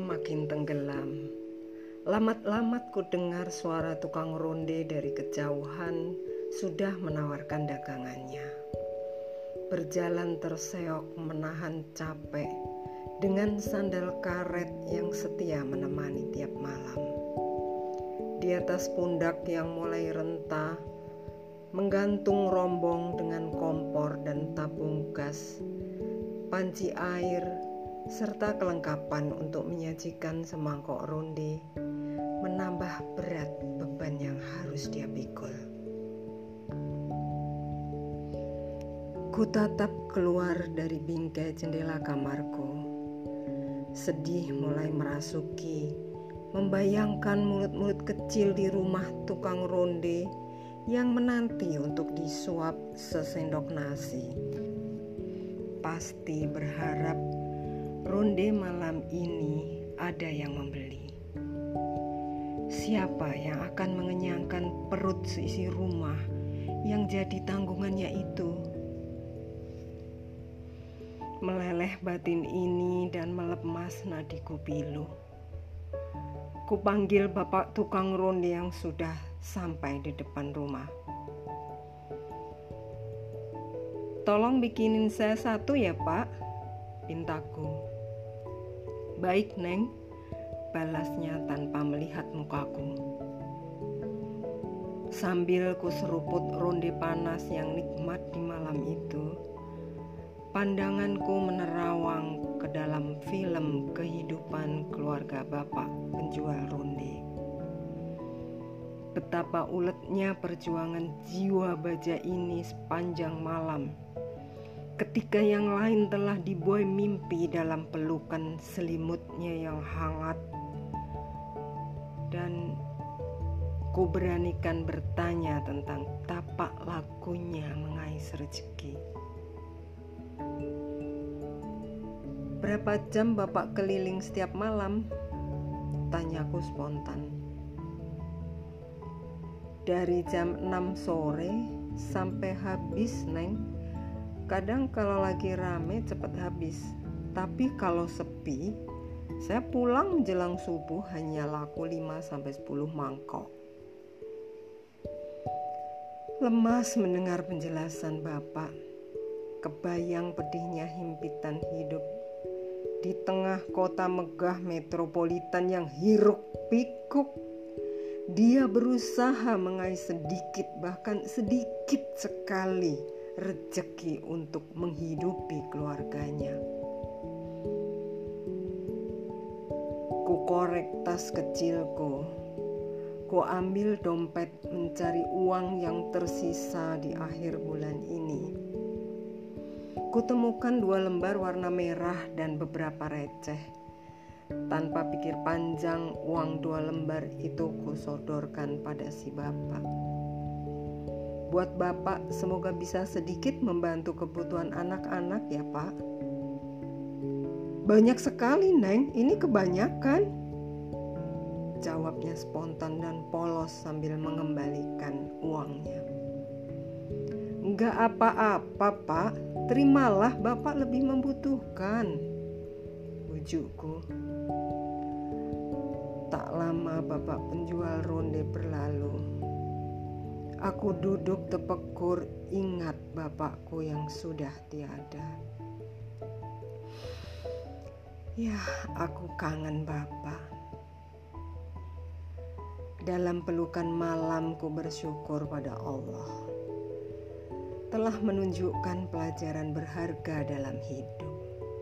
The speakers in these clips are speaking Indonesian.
makin tenggelam. Lamat-lamat ku dengar suara tukang ronde dari kejauhan sudah menawarkan dagangannya. Berjalan terseok menahan capek dengan sandal karet yang setia menemani tiap malam. Di atas pundak yang mulai rentah, menggantung rombong dengan kompor dan tabung gas, panci air, serta kelengkapan untuk menyajikan semangkok ronde, menambah berat beban yang harus dia pikul. Ku tatap keluar dari bingkai jendela kamarku. Sedih mulai merasuki, membayangkan mulut-mulut kecil di rumah tukang ronde yang menanti untuk disuap sesendok nasi. Pasti berharap ronde malam ini ada yang membeli. Siapa yang akan mengenyangkan perut seisi rumah yang jadi tanggungannya itu? Meleleh batin ini dan melemas nadiku pilu. Ku panggil bapak tukang ronde yang sudah sampai di depan rumah. "Tolong bikinin saya satu ya pak," pintaku. "Baik neng," balasnya tanpa melihat mukaku. Sambil ku seruput ronde panas yang nikmat di malam itu, pandanganku menerawang ke dalam film kehidupan keluarga bapak penjual ronde. Betapa uletnya perjuangan jiwa baja ini sepanjang malam, ketika yang lain telah dibuai mimpi dalam pelukan selimutnya yang hangat. Dan ku beranikan bertanya tentang tapak lakunya mengais rezeki. "Berapa jam bapak keliling setiap malam?" tanyaku spontan. "Dari jam 6 sore sampai habis neng. Kadang kalau lagi rame cepat habis, tapi kalau sepi saya pulang menjelang subuh hanya laku 5-10 mangkok." Lemas mendengar penjelasan bapak. Kebayang pedihnya himpitan hidup di tengah kota megah metropolitan yang hiruk pikuk. Dia berusaha mengais sedikit, bahkan sedikit sekali rezeki untuk menghidupi keluarganya. Ku korek tas kecilku. Ku ambil dompet mencari uang yang tersisa di akhir bulan ini. Kutemukan 2 lembar warna merah dan beberapa receh. Tanpa pikir panjang, uang 2 lembar itu kusodorkan pada si bapak. "Buat bapak, semoga bisa sedikit membantu kebutuhan anak-anak ya pak." "Banyak sekali neng, ini kebanyakan," jawabnya spontan dan polos sambil mengembalikan uangnya. "Enggak apa-apa pak, terimalah, bapak lebih membutuhkan," bujukku. Tak lama bapak penjual ronde berlalu. Aku duduk tepekur ingat bapakku yang sudah tiada. Ya, aku kangen bapak. Dalam pelukan malamku bersyukur pada Allah telah menunjukkan pelajaran berharga dalam hidup.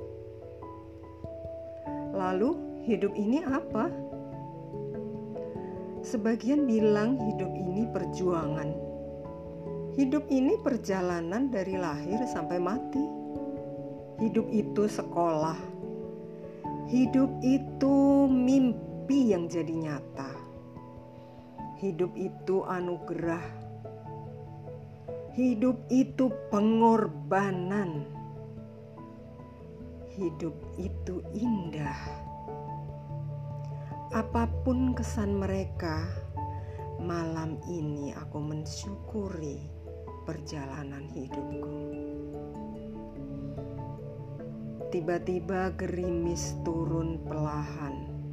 Lalu, hidup ini apa? Sebagian bilang hidup ini perjuangan. Hidup ini perjalanan dari lahir sampai mati. Hidup itu sekolah. Hidup itu mimpi yang jadi nyata. Hidup itu anugerah. Hidup itu pengorbanan. Hidup itu indah. Apapun kesan mereka, malam ini aku mensyukuri perjalanan hidupku. Tiba-tiba gerimis turun perlahan.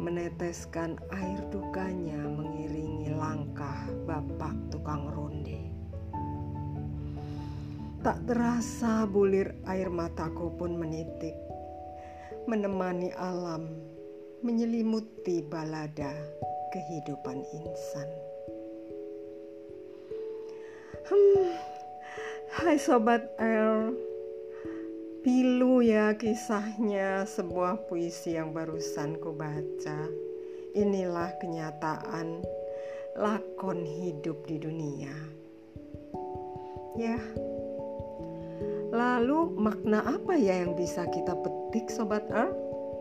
meneteskan air dukanya mengiringi langkah bapak tukang ronde. Tak terasa bulir air mataku pun menitik, menemani alam menyelimuti balada kehidupan insan. Hai Sobat L, pilu ya kisahnya sebuah puisi yang barusan ku baca. Inilah kenyataan lakon hidup di dunia. Ya, lalu makna apa ya yang bisa kita petik Sobat L?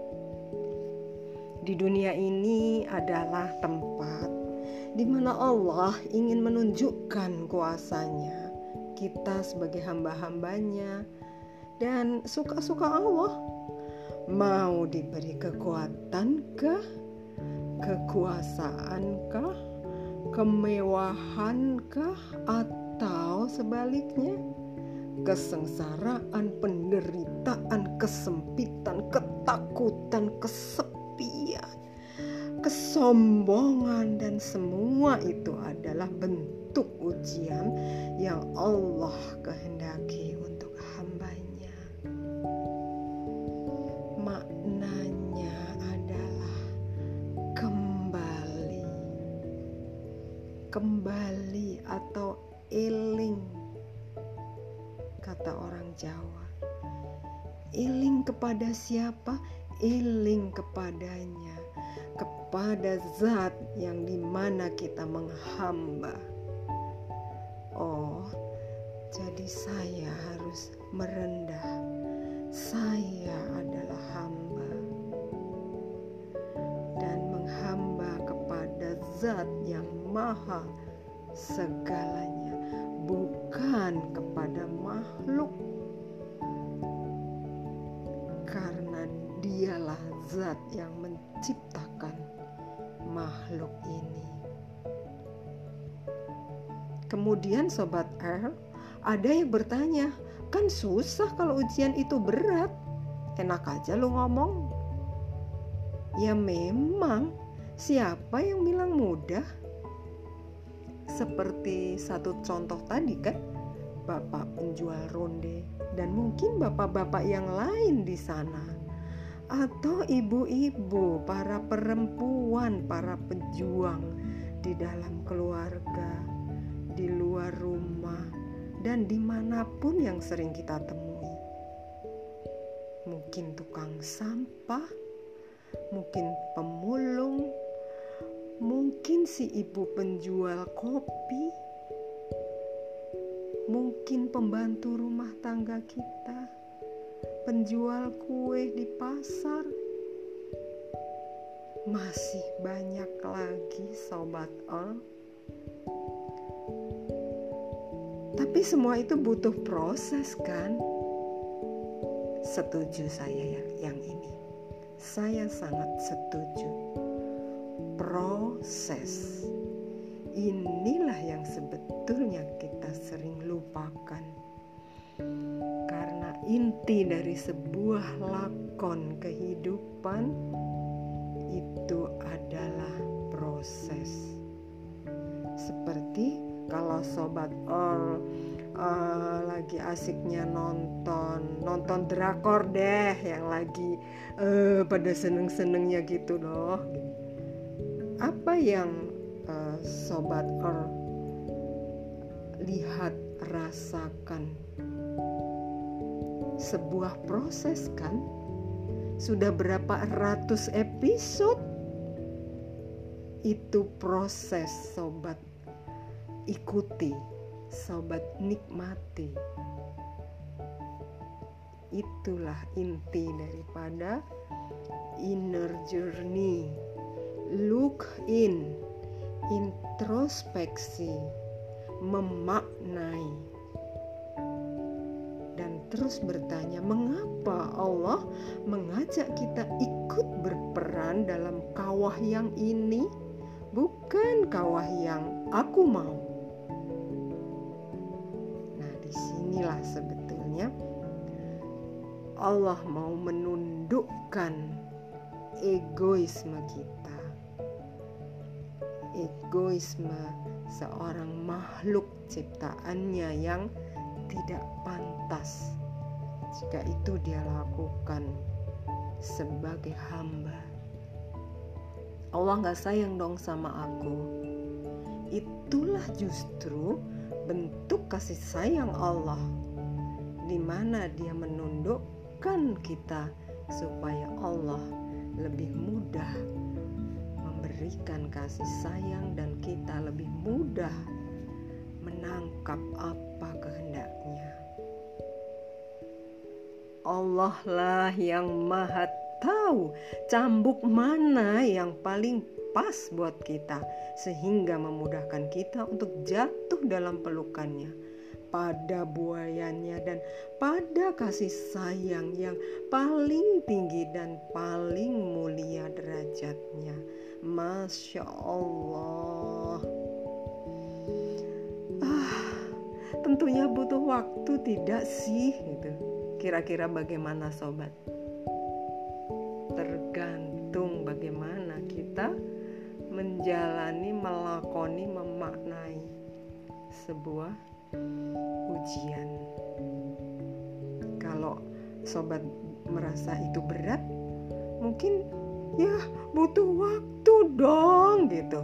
Di dunia ini adalah tempat di mana Allah ingin menunjukkan kuasanya. Kita sebagai hamba-hambanya dan suka-suka Allah, mau diberi kekuatankah, kekuasaankah, kemewahankah, atau sebaliknya, kesengsaraan, penderitaan, kesempitan, ketakutan, kesepian, kesombongan, dan semua itu adalah bentuk ujian yang Allah kehendaki untuk hambanya. Maknanya adalah kembali atau eling, kata orang Jawa. Eling kepada siapa? Eling kepadanya, kepada zat yang dimana kita menghamba. Oh, jadi saya harus merendah. Saya adalah hamba dan menghamba kepada zat yang maha segalanya, bukan kepada makhluk, karena dialah zat yang menciptakan makhluk ini. Kemudian Sobat R, ada yang bertanya, kan susah kalau ujian itu berat, enak aja lu ngomong. Ya memang, siapa yang bilang mudah? Seperti satu contoh tadi kan, bapak penjual ronde dan mungkin bapak-bapak yang lain di sana, atau ibu-ibu, para perempuan, para pejuang di dalam keluarga, di luar rumah, dan dimanapun yang sering kita temui. Mungkin tukang sampah, mungkin pemulung, mungkin si ibu penjual kopi, mungkin pembantu rumah tangga kita, penjual kue di pasar. Masih banyak lagi Sobat L. Tapi semua itu butuh proses kan? Setuju saya yang ini. Saya sangat setuju. Proses. Inilah yang sebetulnya kita sering lupakan. Karena inti dari sebuah lakon kehidupan itu adalah proses. Seperti kalau Sobat All lagi asiknya nonton drakor deh, yang lagi pada seneng-senengnya gitu loh. Apa yang Sobat All lihat, rasakan? Sebuah proses kan? Sudah berapa ratus episode? Itu proses Sobat ikuti, Sobat nikmati. Itulah inti daripada inner journey. Look in, introspeksi, memaknai, dan terus bertanya, mengapa Allah mengajak kita ikut berperan dalam kawah yang ini, bukan kawah yang aku mau. Nah, disinilah sebetulnya Allah mau menundukkan egoisme kita, egoisme seorang makhluk ciptaannya yang tidak pantas jika itu dia lakukan sebagai hamba. Allah gak sayang dong sama aku. Itulah justru bentuk kasih sayang Allah, di mana dia menundukkan kita supaya Allah lebih mudah memberikan kasih sayang dan kita lebih mudah menangkap apa kehendaknya. Allah lah yang maha tahu cambuk mana yang paling pas buat kita, sehingga memudahkan kita untuk jatuh dalam pelukannya, pada buayanya, dan pada kasih sayang yang paling tinggi dan paling mulia derajatnya. Masya Allah. Tentunya butuh waktu, tidak sih? Gitu. Kira-kira bagaimana sobat? Tergantung bagaimana kita menjalani, melakoni, memaknai sebuah ujian. Kalau sobat merasa itu berat, mungkin ya butuh waktu dong gitu.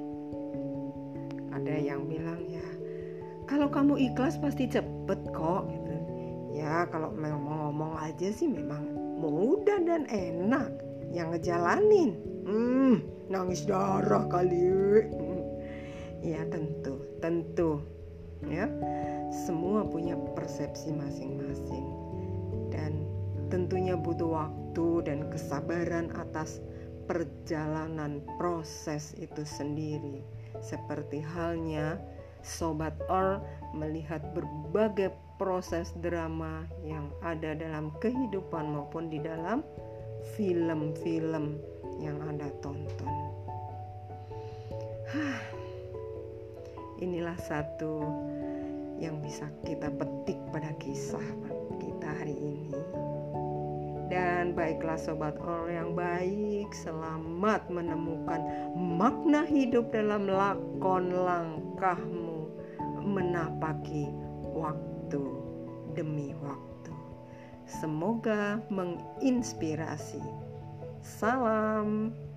Ada yang bilang ya, kalau kamu ikhlas pasti cepet kok gitu. Ya kalau memang ngomong aja sih memang mudah dan enak, yang ngejalanin nangis darah kali. Ya tentu ya, semua punya persepsi masing-masing, dan tentunya butuh waktu dan kesabaran atas perjalanan proses itu sendiri. Seperti halnya Sobat Or melihat berbagai proses drama yang ada dalam kehidupan maupun di dalam film-film yang Anda tonton. Inilah satu yang bisa kita petik pada kisah kita hari ini. Dan baiklah Sobat Or yang baik, selamat menemukan makna hidup dalam lakon langkahmu menapaki waktu demi waktu. Semoga menginspirasi. Salam.